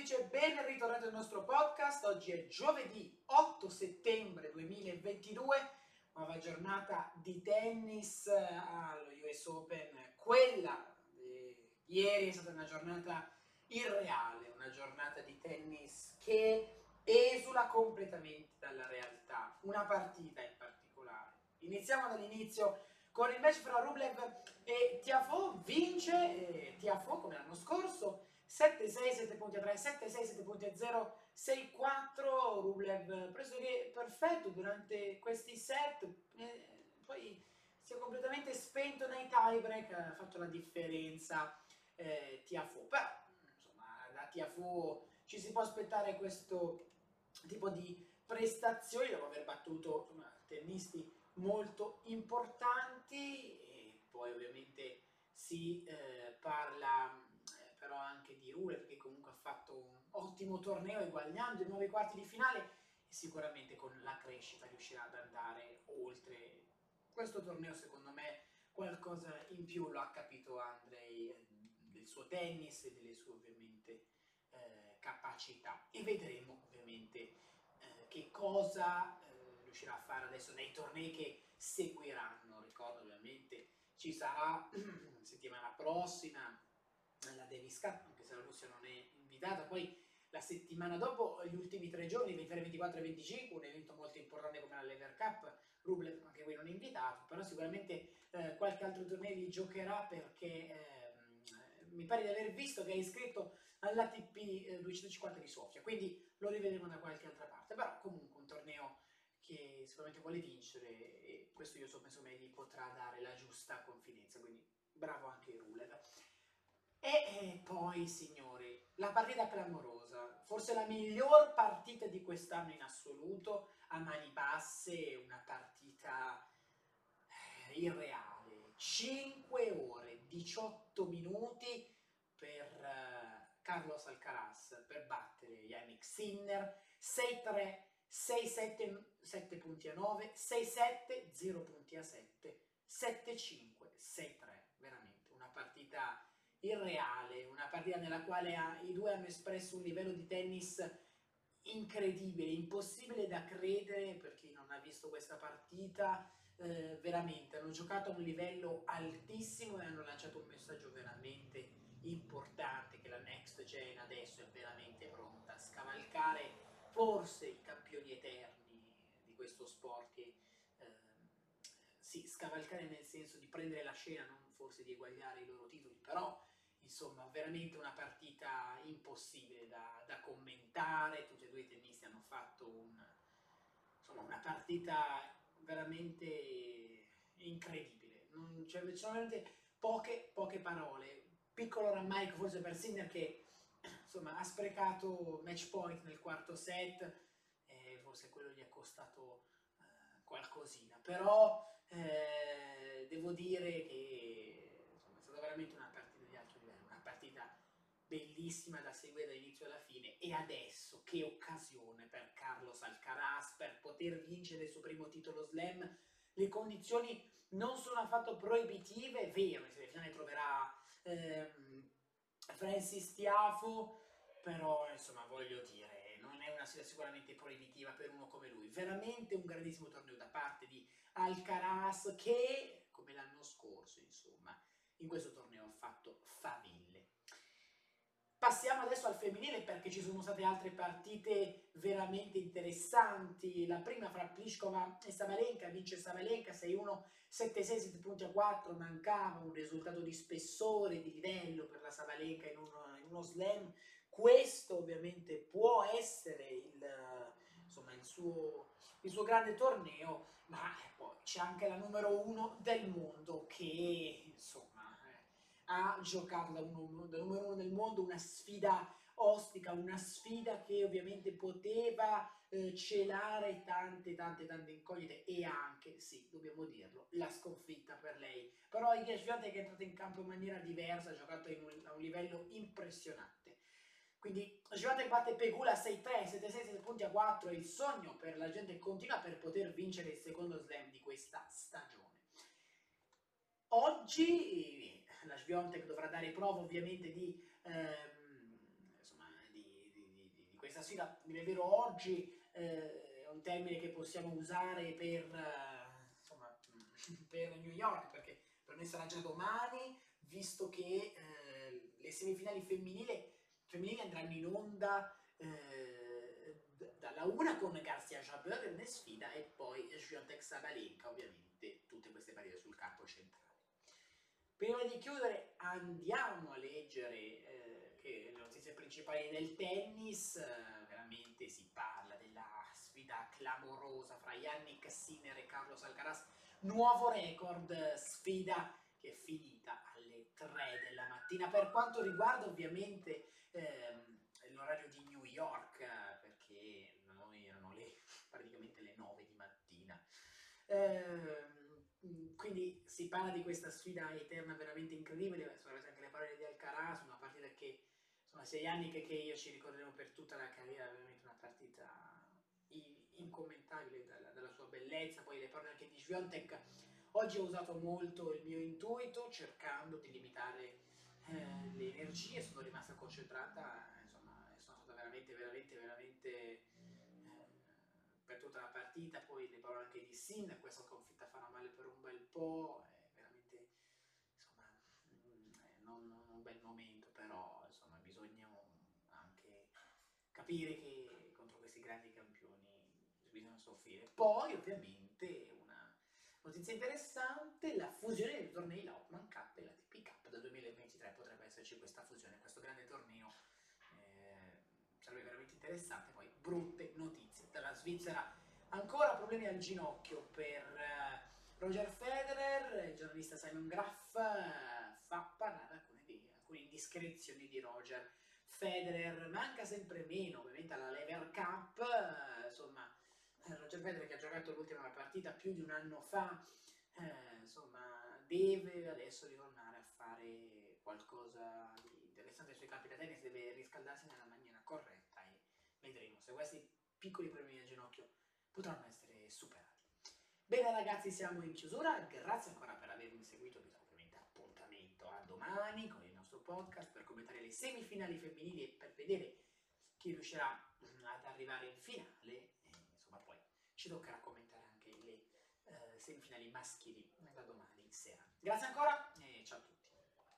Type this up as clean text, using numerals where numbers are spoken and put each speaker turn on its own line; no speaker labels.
amici e ben ritornati al nostro podcast. Oggi è giovedì 8 settembre 2022, nuova giornata di tennis allo US Open. Quella di ieri è stata una giornata irreale, una giornata di tennis che esula completamente dalla realtà. Una partita in particolare. Iniziamo dall'inizio con il match fra Rublev e Tiafoe. Vince Tiafoe come l'anno scorso 7-6, 7 punti a 3, 7-6, 7 punti a 0, 6-4. Rublev preso che perfetto durante questi set, poi si è completamente spento nei tiebreak, ha fatto la differenza Tiafoe. Però insomma da Tiafoe ci si può aspettare questo tipo di prestazioni dopo aver battuto insomma, tennisti molto importanti. E poi ovviamente si parla però anche di Rublev, che comunque ha fatto un ottimo torneo eguagliando i 9 quarti di finale e sicuramente con la crescita riuscirà ad andare oltre. Questo torneo secondo me qualcosa in più lo ha capito Andrei del suo tennis e delle sue ovviamente capacità, e vedremo ovviamente che cosa riuscirà a fare adesso nei tornei che seguiranno. Ricordo ovviamente ci sarà settimana prossima la Davis Cup, anche se la Russia non è invitata, poi la settimana dopo, gli ultimi 3 giorni, 23, 24 e 25, un evento molto importante come la Lever Cup. Rublev anche qui non è invitato, però sicuramente qualche altro torneo li giocherà, perché mi pare di aver visto che è iscritto all'ATP 250 di Sofia, quindi lo rivedremo da qualche altra parte. Però comunque un torneo che sicuramente vuole vincere, e questo io penso che gli potrà dare la giusta confidenza, quindi bravo anche Rublev. E poi, signori, la partita clamorosa, forse la miglior partita di quest'anno in assoluto, a mani basse, una partita irreale. 5 ore, 18 minuti per Carlos Alcaraz per battere Yannick Sinner, 6-3, 6-7, 7 punti a 9, 6-7, 0 punti a 7, 7-5, 6-3. Veramente una partita irreale, una partita nella quale i due hanno espresso un livello di tennis incredibile, impossibile da credere per chi non ha visto questa partita. Veramente hanno giocato a un livello altissimo e hanno lanciato un messaggio veramente importante, che la next gen adesso è veramente pronta a scavalcare forse i campioni eterni di questo sport, che sì, scavalcare nel senso di prendere la scena, non forse di eguagliare i loro titoli, però insomma veramente una partita impossibile da commentare. Tutti e due i tennisti hanno fatto una partita veramente incredibile. Ci sono veramente poche parole. Piccolo rammarico forse per Sinner, che insomma ha sprecato match point nel quarto set, e forse quello gli è costato qualcosina, però devo dire che insomma, è stata veramente una partita di alto livello, una partita bellissima da seguire dall'inizio alla fine. E adesso che occasione per Carlos Alcaraz per poter vincere il suo primo titolo slam. Le condizioni non sono affatto proibitive, è vero, in semifinale troverà Francis Tiafoe, però insomma voglio dire, non è una sfida sicuramente proibitiva per uno come lui. Veramente un grandissimo torneo da parte di Alcaraz, che come l'anno scorso insomma in questo torneo ha fatto faville. Passiamo adesso al femminile, perché ci sono state altre partite veramente interessanti. La prima fra Pliskova e Sabalenka, vince Sabalenka 6-1, 7-6, 7 punti a 4. Mancava un risultato di spessore, di livello per la Sabalenka in uno slam. Questo ovviamente può essere il suo grande torneo, ma poi c'è anche la numero 1 del mondo, che insomma ha giocato da numero 1 del mondo una sfida ostica, una sfida che ovviamente poteva celare tante incognite, e anche, sì, dobbiamo dirlo, la sconfitta per lei. Però Iga Swiatek è entrata in campo in maniera diversa, ha giocato a un livello impressionante. Quindi Swiatek batte Pegula 6-3, 7-6, 7 punti a 4, e il sogno per la gente continua per poter vincere il secondo slam di questa stagione. Oggi la Swiatek dovrà dare prova ovviamente di questa sfida, è vero oggi, è un termine che possiamo usare per, insomma, per New York, perché per noi sarà già domani, visto che le semifinali femminili andranno in onda dalla una con Garcia Jabeur in sfida e poi Swiatek Sabalenka, ovviamente tutte queste partite sul campo centrale. Prima di chiudere andiamo a leggere le notizie principali del tennis. Veramente si parla della sfida clamorosa fra Yannick Sinner e Carlos Alcaraz, nuovo record, sfida che è finita alle 3 della mattina. Per quanto riguarda ovviamente l'orario di New York, perché noi erano praticamente le 9 di mattina. Quindi si parla di questa sfida eterna veramente incredibile, sono anche le parole di Alcaraz, una partita che insomma sia Yannick che io ci ricorderemo per tutta la carriera, veramente una partita incommentabile dalla sua bellezza. Poi le parole anche di Swiatek. Oggi ho usato molto il mio intuito cercando di limitare le energie, sono rimasta concentrata, insomma sono stata veramente per tutta la partita. Poi le parole anche di Sin, questa sconfitta farà male per un bel po', è veramente insomma non un bel momento, però insomma bisogna anche capire che contro questi grandi campioni bisogna soffrire. Poi ovviamente una notizia interessante, la fusione dei tornei, la Hopman Cup e la TP Cup dal 2023, potrebbe esserci questa fusione, questo grande torneo, sarebbe veramente interessante. Poi brutte notizie dalla Svizzera, ancora problemi al ginocchio per Roger Federer. Il giornalista Simon Graff fa parlare alcune indiscrezioni di Roger Federer. Manca sempre meno ovviamente alla Lever Cup, insomma Roger Federer, che ha giocato l'ultima partita più di un anno fa, insomma deve adesso ritornare a fare qualcosa di interessante sui campi da tennis, deve riscaldarsi nella maniera corretta e vedremo se questi piccoli problemi al ginocchio potranno essere superati. Bene ragazzi, siamo in chiusura, grazie ancora per avermi seguito, vi do ovviamente appuntamento a domani con il nostro podcast per commentare le semifinali femminili e per vedere chi riuscirà ad arrivare in finale, e insomma poi ci toccherà commentare anche le semifinali maschili da domani sera. Grazie ancora!